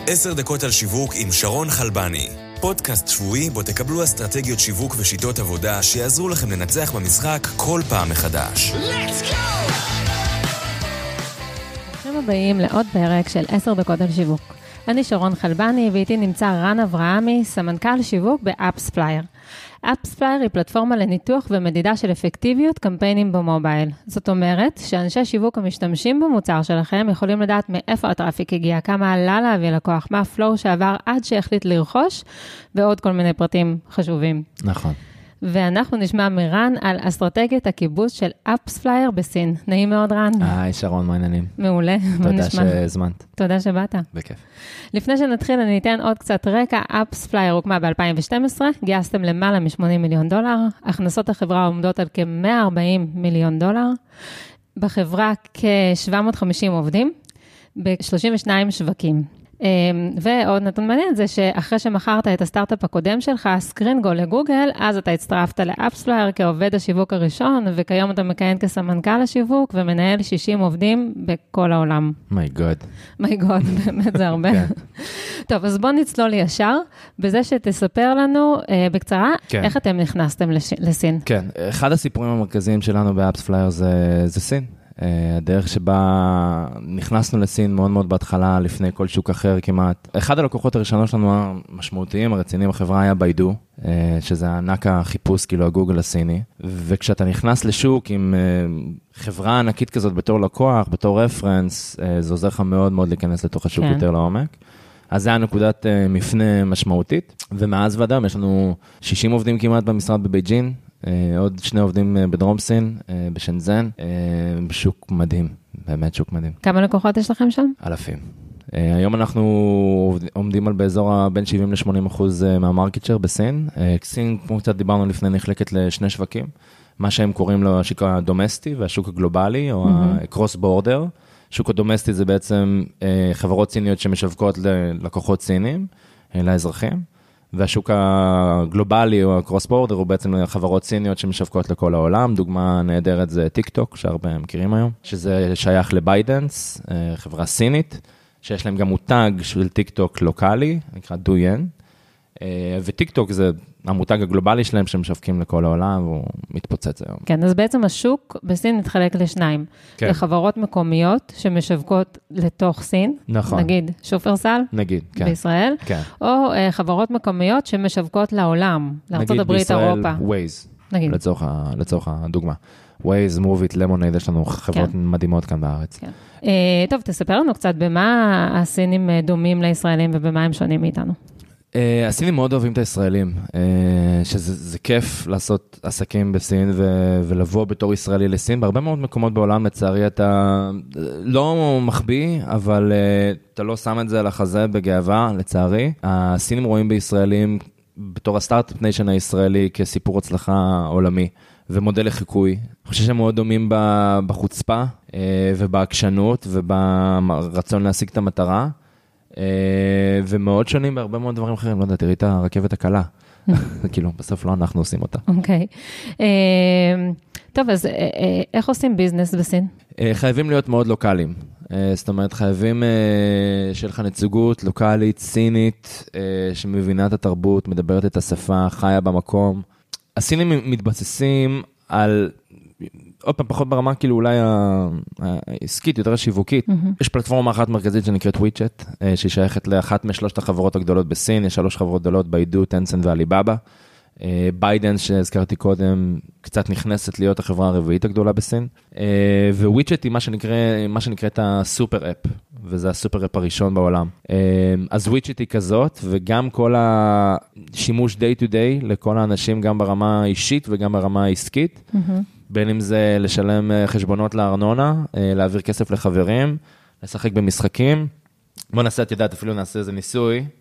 10 דקות על שיווק עם שרון חלבני. פודקאסט שבועי בו תקבלו אסטרטגיות שיווק ושיטות עבודה שיעזרו לכם לנצח במשחק כל פעם מחדש. Let's go! ברוכים הבאים לעוד פרק של 10 דקות על שיווק. אני שרון חלבני ואיתי נמצא רן אברהמי, סמנכ"ל שיווק באפספלייר. אפספלייר היא פלטפורמה לניתוח ומדידה של אפקטיביות קמפיינים במובייל. זאת אומרת שאנשי שיווק המשתמשים במוצר שלכם יכולים לדעת מאיפה הטראפיק הגיע, כמה עלה להביא לקוח, מה הפלואו שעבר עד שהחליט לרכוש, ועוד כל מיני פרטים חשובים. נכון. ואנחנו נשמע מרן על אסטרטגיית הכיבוש של אפספלייר בסין. נעים מאוד רן. היי שרון, מה העניינים? מעולה. תודה שהזמנת. תודה שבאת. בכיף. לפני שנתחיל אני אתן עוד קצת רקע. אפספלייר הוקמה ב-2012, גייסתם למעלה מ$80 מיליון, הכנסות החברה עומדות על כ$140 מיליון, בחברה כ-750 עובדים, ב-32 שווקים. ועוד נתון מעניין זה שאחרי שמכרת את הסטארט-אפ הקודם שלך, סקרינגו לגוגל, אז אתה הצטרפת לאפספלייר כעובד השיווק הראשון, וכיום אתה מכהן כסמנכ"ל השיווק, ומנהל 60 עובדים בכל העולם. מי גוד, באמת זה הרבה. טוב, אז בוא נצלול ישר, בזה שתספר לנו בקצרה, איך אתם נכנסתם לסין. כן, אחד הסיפורים המרכזיים שלנו באפספלייר זה סין. הדרך שבה נכנסנו לסין מאוד מאוד בהתחלה, לפני כל שוק אחר כמעט. אחד הלקוחות הראשונות שלנו המשמעותיים, הרציניים בחברה היה ביידו, שזה ענק החיפוש, כאילו הגוגל הסיני. וכשאתה נכנס לשוק עם חברה ענקית כזאת בתור לקוח, בתור רפרנס, זה עוזר לך מאוד מאוד להיכנס לתוך השוק יותר לעומק. אז זה היה נקודת מפנה משמעותית, ומאז ועד היום יש לנו 60 עובדים כמעט במשרד בבייג'ין, עוד 2 עובדים בדרום סין, בשנזן, בשוק מדהים, באמת שוק מדהים. כמה לקוחות יש לכם שם? אלפים. היום אנחנו עומדים על באזור בין 70-80% מהמרקט שייר בסין. סין, כמו קצת דיברנו לפני, נחלקת לשני שווקים, מה שהם קוראים לו השוק הדומסטי והשוק הגלובלי, או ה-cross border. שוק הדומסטי זה בעצם חברות סיניות שמשווקות ללקוחות סינים, לאזרחים. והשוק הגלובלי או הקרוס בורדר הוא בעצם חברות סיניות שמשווקות לכל העולם. דוגמה נהדרת זה טיק טוק, שהרבה מכירים היום, שזה שייך לביידנס, חברה סינית, שיש להם גם מותג של טיק טוק לוקלי, נקרא דויין, וטיק טוק זה המותג הגלובלי שלהם שמשווקים לכל העולם, והוא מתפוצץ היום. כן, אז בעצם השוק בסין מתחלק לשניים. כן. לחברות מקומיות שמשווקות לתוך סין, נכון. נגיד שופרסל, נגיד, כן. בישראל, כן. או חברות מקומיות שמשווקות לעולם, לארצות הברית, אירופה. נגיד בישראל, ווייז, נגיד. לצורך הדוגמה. ווייז, מוביט, למונייד, יש לנו חברות כן. מדהימות כאן בארץ. כן. טוב, תספר לנו קצת במה הסינים דומים לישראלים ובמה הם שונים מאיתנו. הסינים מאוד אוהבים את הישראלים, שזה כיף לעשות עסקים בסין ולבוא בתור ישראלי לסין. בהרבה מאוד מקומות בעולם, לצערי, אתה לא מחביא, אבל אתה לא שם את זה על החזה בגאווה, לצערי. הסינים רואים בישראלים בתור הסטארט-אפ ניישן הישראלי כסיפור הצלחה עולמי ומודל לחיקוי. אני חושב שהם מאוד דומים בחוצפה ובעקשנות וברצון להשיג את המטרה. ומאוד שונים בהרבה מאוד דברים אחרים, לא יודע, תראי את הרכבת הקלה, כאילו, בסוף לא אנחנו עושים אותה. אוקיי. טוב, אז איך עושים ביזנס בסין? חייבים להיות מאוד לוקליים, זאת אומרת, חייבים שיהיה לך נציגות לוקלית, סינית, שמבינה את התרבות, מדברת את השפה, חיה במקום. הסינים מתבססים על... עוד פעם, פחות ברמה, כאילו אולי העסקית, יותר השיווקית. יש פלטפורמה אחת מרכזית שנקראת וויצ'ט, שהיא שייכת לאחת משלושת החברות הגדולות בסין, יש 3 חברות גדולות, ביידו, טנסנט ואליבאבא. ביידנס, שהזכרתי קודם, קצת נכנסת להיות החברה הרביעית הגדולה בסין. וויצ'ט היא מה שנקראת הסופר אפ, וזה הסופר אפ הראשון בעולם. אז וויצ'ט היא כזאת, וגם כל השימוש day to day לכל האנשים, גם ברמה האישית וגם ברמה העסקית, בין אם זה לשלם חשבונות לארנונה, להעביר כסף לחברים, לשחק במשחקים. בוא נעשה, את יודעת, אפילו נעשה איזה ניסוי,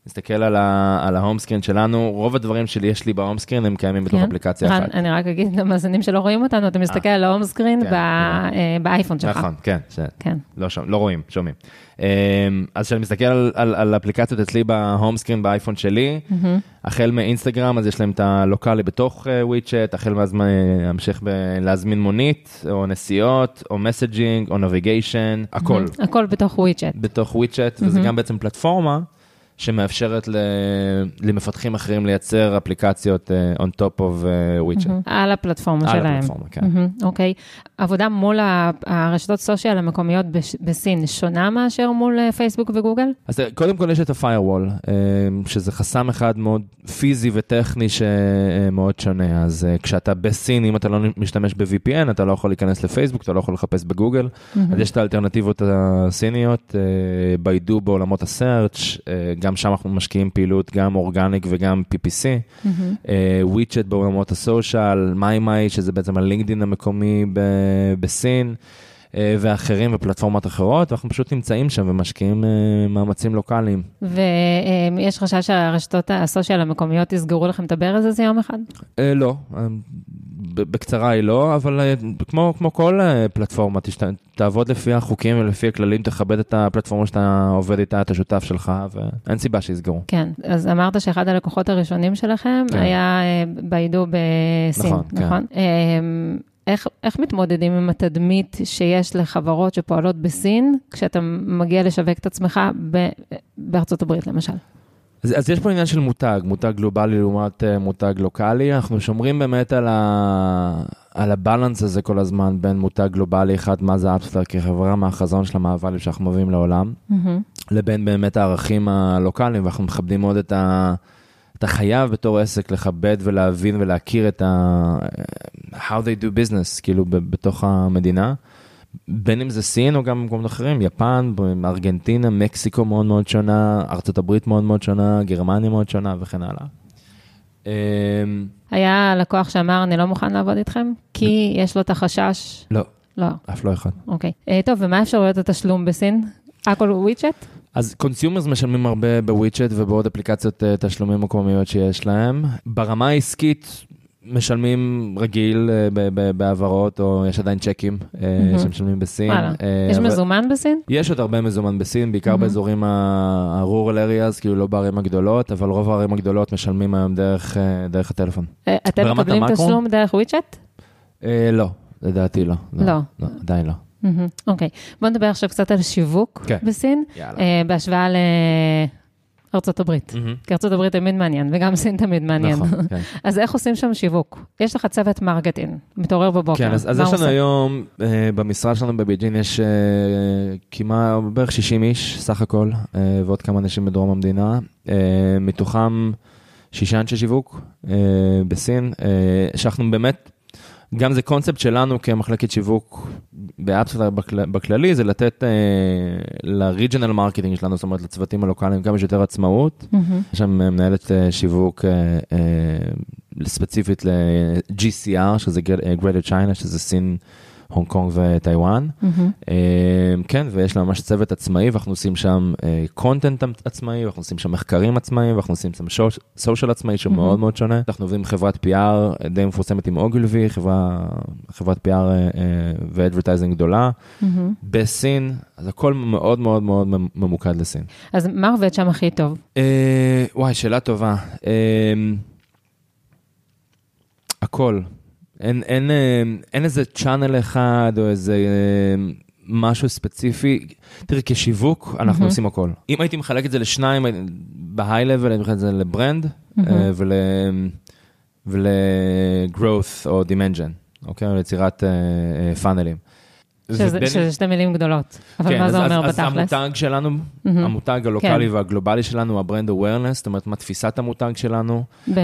מסתכל על ההום סקרין שלנו, רוב הדברים שלי יש לי בהום סקרין, הם קיימים בתוך אפליקציה אחת. אני רק אגיד למאזינים שלא רואים אותנו, אתה מסתכל על ההום סקרין באייפון שלך. נכון, כן. לא רואים, שומעים. אז כשאני מסתכל על אפליקציות אצלי בהום סקרין באייפון שלי, החל מאינסטגרם, אז יש להם את הלוקלי בתוך וויצ'ט, החל מהזמן המשך להזמין מונית, או נסיעות, או מסג'ינג, או נביגיישן, הכל. הכל בתוך וויצ'ט. בתוך וויצ'ט, וזה גם בעצם פלטפורמה, שמאפשרת למפתחים אחרים לייצר אפליקציות on top of widget. על הפלטפורמה שלהם. על הפלטפורמה, כן. אוקיי. עבודה מול הרשתות סושיאל המקומיות בסין שונה מאשר מול פייסבוק וגוגל? אז קודם כל יש את ה-firewall, שזה חסם אחד מאוד פיזי וטכני שמאוד שונה. אז כשאתה בסין, אם אתה לא משתמש ב-VPN, אתה לא יכול להיכנס לפייסבוק, אתה לא יכול לחפש בגוגל. אז יש את האלטרנטיבות הסיניות, ביידו בעולמות הסרצ', גם שם אנחנו משקיעים פעילות, גם אורגניק וגם PPC, וויצ'ט בעולמות הסושיאל, מיי, שזה בעצם הלינקדין המקומי בסין, ואחרים ופלטפורמות אחרות, ואנחנו פשוט נמצאים שם ומשקיעים מאמצים לוקליים. ויש חשש שהרשתות הסושיאל המקומיות יסגרו לכם את הברז הזה יום אחד? לא, בקצרה היא לא, אבל כמו כל פלטפורמה, תעבוד לפי החוקים ולפי הכללים, תכבד את הפלטפורמה שאתה עובד איתה, את השותף שלך, ואין סיבה שיסגרו. כן, אז אמרת שאחד הלקוחות הראשונים שלכם היה ביידו בסין, נכון? איך מתמודדים עם התדמית שיש לחברות שפועלות בסין, כשאתה מגיע לשווק את עצמך בארצות הברית, למשל? אז יש פה עניין של מותג גלובלי לעומת מותג לוקלי. אנחנו שומרים באמת על הבלנס הזה כל הזמן, בין מותג גלובלי אחד, מה זה אפסטאר כחברה מהחזון של המעבר שאנחנו מביאים לעולם, לבין באמת הערכים הלוקליים, ואנחנו מכבדים מאוד אתה חייב בתור עסק לכבד ולהבין ולהכיר את how they do business, כאילו בתוך המדינה, בין אם זה סין או גם במקומות אחרים, יפן, ארגנטינה, מקסיקו מאוד מאוד שונה, ארצות הברית מאוד מאוד שונה, גרמניה מאוד שונה וכן הלאה. היה לקוח שאמר, אני לא מוכן לעבוד איתכם, כי יש לו את החשש? לא, אף לא אחד. אוקיי. טוב, ומה אפשרויות התשלום בסין? הכל וויצ'ט? אז קונסיומרס משלמים הרבה בוויצ'ט ובעוד אפליקציות תשלומים מקומיות שיש להם. ברמה העסקית משלמים רגיל בעברות, או יש עדיין צ'קים שמשלמים בסין. יש מזומן בסין? יש עוד הרבה מזומן בסין, בעיקר באזורים ה-rural areas, כאילו לא בערים הגדולות, אבל רוב הערים הגדולות משלמים היום דרך הטלפון. אתם מקבלים תשלום דרך וויצ'ט? לא, לדעתי לא. לא, עדיין לא. אוקיי, בוא נדבר עכשיו קצת על שיווק בסין, בהשוואה לארצות הברית. כי ארצות הברית תמיד מעניין, וגם סין תמיד מעניין. אז איך עושים שם שיווק? יש לך צוות מרקטינג, מתעורר בבוקר. כן, אז יש לנו היום, במשרד שלנו בבייג'ין, יש כמעט בערך 60 איש, סך הכל, ועוד כמה אנשים בדרום המדינה, מתוכם 6 אנשי שיווק בסין, שאנחנו באמת, גם זה קונספט שלנו כמחלקת שיווק באפסטאר בכללי, זה לתת לריג'נל מרקטינג שלנו, זאת אומרת לצוותים הלוקליים כמה שיותר עצמאות. יש שם מנהלת שיווק ספציפית ל-GCR, שזה Greater China, שזה סין, הונג קונג וטיואן. כן, ויש לה ממש צוות עצמאי, ואנחנו עושים שם קונטנט עצמאי, ואנחנו עושים שם מחקרים עצמאיים, ואנחנו עושים שם סושיאל עצמאי, שהוא מאוד מאוד שונה. אנחנו עובדים עם חברת PR, די מפורסמת עם אוגילבי, חברת PR ואדברטייזינג גדולה. בסין, אז הכל מאוד מאוד מאוד ממוקד לסין. אז מה עובד שם הכי טוב? וואי, שאלה טובה. הכל. אין איזה צ'אנל אחד או איזה משהו ספציפי. תראי, כשיווק אנחנו עושים הכל. אם הייתי מחלק את זה לשניים, בהיי-לבל, הייתי מחלק את זה לברנד ולגרוס או דימנג'ן, אוקיי? ליצירת פאנלים. שזה שתי מילים גדולות. אבל מה זה אומר בתכלס? אז המותג שלנו, המותג הלוקלי והגלובלי שלנו, הברנד אווירנס, זאת אומרת, מה תפיסת המותג שלנו.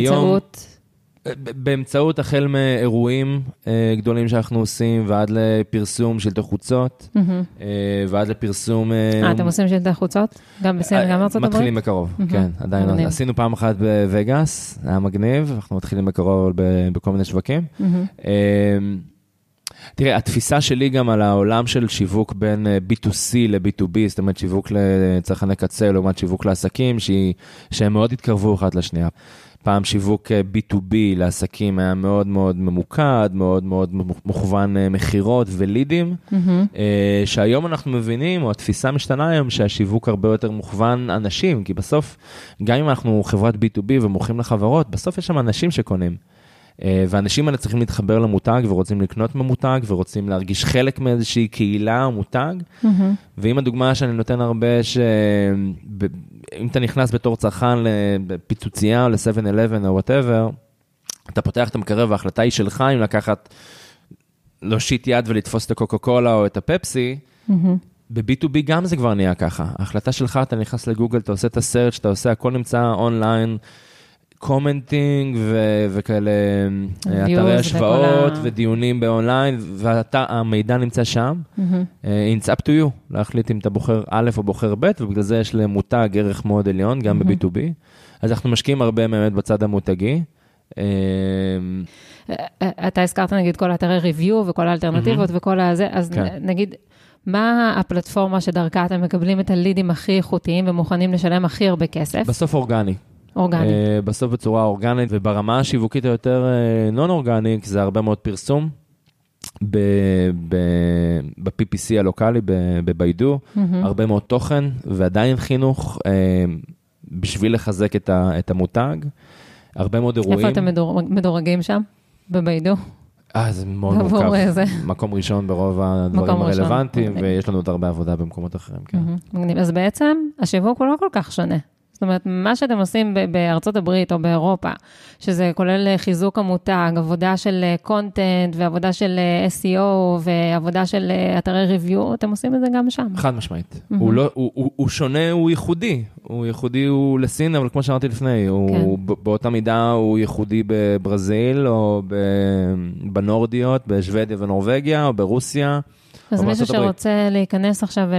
באמצעות החל מאירועים גדולים שאנחנו עושים, ועד לפרסום שלטי חוצות, ועד לפרסום... אתם עושים שלטי חוצות? גם בסין וגם בארצות הברית? מתחילים בקרוב, כן, עדיין. עשינו פעם אחת בווגאס, היה מגניב, אנחנו מתחילים בקרוב בכל מיני שווקים. תראה, התפיסה שלי גם על העולם של שיווק בין B2C ל-B2B, זאת אומרת שיווק לצרכני קצה, לעומת שיווק לעסקים, שהם מאוד התקרבו אחת לשנייה. פעם שיווק B2B לעסקים היה מאוד מאוד ממוקד, מאוד מאוד מוכוון מחירות ולידים, שהיום אנחנו מבינים, או התפיסה משתנה היום, שהשיווק הרבה יותר מוכוון אנשים, כי בסוף, גם אם אנחנו חברת B2B ומוכרים לחברות, בסוף יש שם אנשים שקונים. ואנשים האלה צריכים להתחבר למותג, ורוצים לקנות ממותג, ורוצים להרגיש חלק מאיזושהי קהילה או מותג. ואם הדוגמה שאני נותן הרבה, אם אתה נכנס בתור צרכן לפיצוצייה, או ל-7-11 או whatever, אתה פותח את המקרר, וההחלטה היא שלך, אם לקחת, להושיט יד ולתפוס את הקוקה קולה או את הפפסי, ב-B2B גם זה כבר נהיה ככה. ההחלטה שלך, אתה נכנס לגוגל, אתה עושה את הסרצ', אתה עושה, הכל נמצא אונליין, קומנטינג וכאלה אתרי השוואות ודיונים באונליין, והמידע נמצא שם. It's up to you, להחליט אם אתה בוחר א' או בוחר ב', ובגלל זה יש למותג ערך מאוד עליון, גם ב-B2B. אז אנחנו משקיעים הרבה באמת בצד המותגי. אתה הזכרת נגיד כל אתרי ריוויו וכל האלטרנטיבות וכל הזה, אז נגיד, מה הפלטפורמה שדרכה אתם מקבלים את הלידים הכי איכותיים ומוכנים לשלם הכי הרבה כסף? בסוף אורגני. בסוף בצורה אורגנית, וברמה השיווקית היותר נון-אורגנית, זה הרבה מאוד פרסום ב-PPC הלוקלי, בביידו, הרבה מאוד תוכן, ועדיין חינוך בשביל לחזק את המותג, הרבה מאוד אירועים. איפה אתם מדורגים שם? בביידו? זה מאוד מורכב. מקום ראשון ברוב הדברים הרלוונטיים, ויש לנו עוד הרבה עבודה במקומות אחרים. אז בעצם השיווק הוא לא כל כך שונה. זאת אומרת, מה שאתם עושים בארצות הברית או באירופה, שזה כולל חיזוק המותג, עבודה של קונטנט, ועבודה של SEO, ועבודה של אתרי ריוויו, אתם עושים את זה גם שם. חד משמעית. הוא שונה, הוא ייחודי. הוא ייחודי הוא לסין, אבל כמו שאמרתי לפני, באותה מידה הוא ייחודי בברזיל, או בנורדיות, בשוודיה ונורווגיה, או ברוסיה. אז מישהו שרוצה להיכנס עכשיו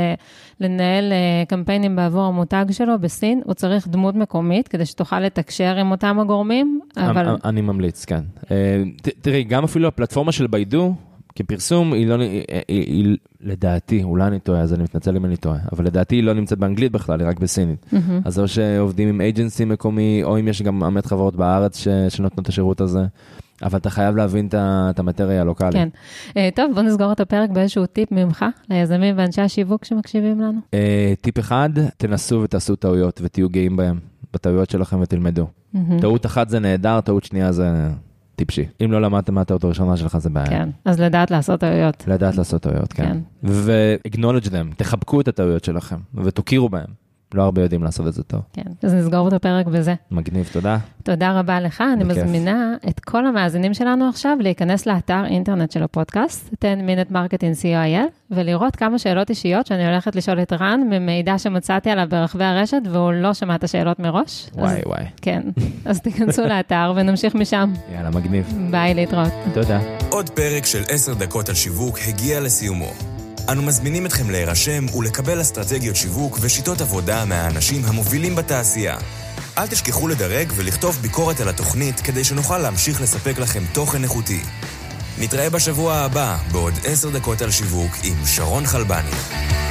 ולנהל קמפיינים בעבור המותג שלו בסין, הוא צריך דמות מקומית, כדי שתוכל לתקשר עם אותם הגורמים, אבל... אני ממליץ, כן. תראי, גם אפילו הפלטפורמה של ביידו, כפרסום, היא לדעתי, אולי אני טועה, אז אני מתנצל אם אני טועה, אבל לדעתי היא לא נמצאת באנגלית בכלל, היא רק בסינית. אז או שעובדים עם אייג'נסי מקומי, או אם יש גם באמת חברות בארץ שנותנות את השירות הזה. אבל אתה חייב להבין את המטריה הלוקלית. כן. טוב, בוא נסגור את הפרק באיזשהו טיפ ממך, ליזמים ואנשי השיווק שמקשיבים לנו. טיפ אחד, תנסו ותעשו טעויות ותהיו גאים בהם, בטעויות שלכם ותלמדו. טעות אחת זה נהדר, טעות שנייה זה טיפשי. אם לא למדתם מה הטעות הראשונה שלך זה בעיה. כן, אז לדעת לעשות טעויות. לדעת לעשות טעויות, כן. ו-acknowledge them, תחבקו את הטעויות שלכם ותוכירו בהם. לא הרבה יודעים לעשות את זה טוב. כן, אז נסגור את הפרק בזה. מגניב, תודה. תודה רבה לך. אני מזמינה את כל המאזינים שלנו עכשיו להיכנס לאתר אינטרנט של הפודקאסט, 10Minute Marketing Co.il, ולראות כמה שאלות אישיות שאני הולכת לשאול את רן, ממידע שמצאתי עליו ברחבי הרשת, והוא לא שמע את השאלות מראש. וואי. כן, אז תיכנסו לאתר ונמשיך משם. יאללה, מגניב. ביי, להתראות. תודה. עוד פרק של 10 דקות על שיווק הגיע לסיומו. אנו מזמינים אתכם להירשם ולקבל אסטרטגיות שיווק ושיטות עבודה מהאנשים המובילים בתעשייה. אל תשכחו לדרג ולכתוב ביקורת על התוכנית כדי שנוכל להמשיך לספק לכם תוכן איכותי. נתראה בשבוע הבא בעוד 10 דקות על שיווק עם שרון חלבני.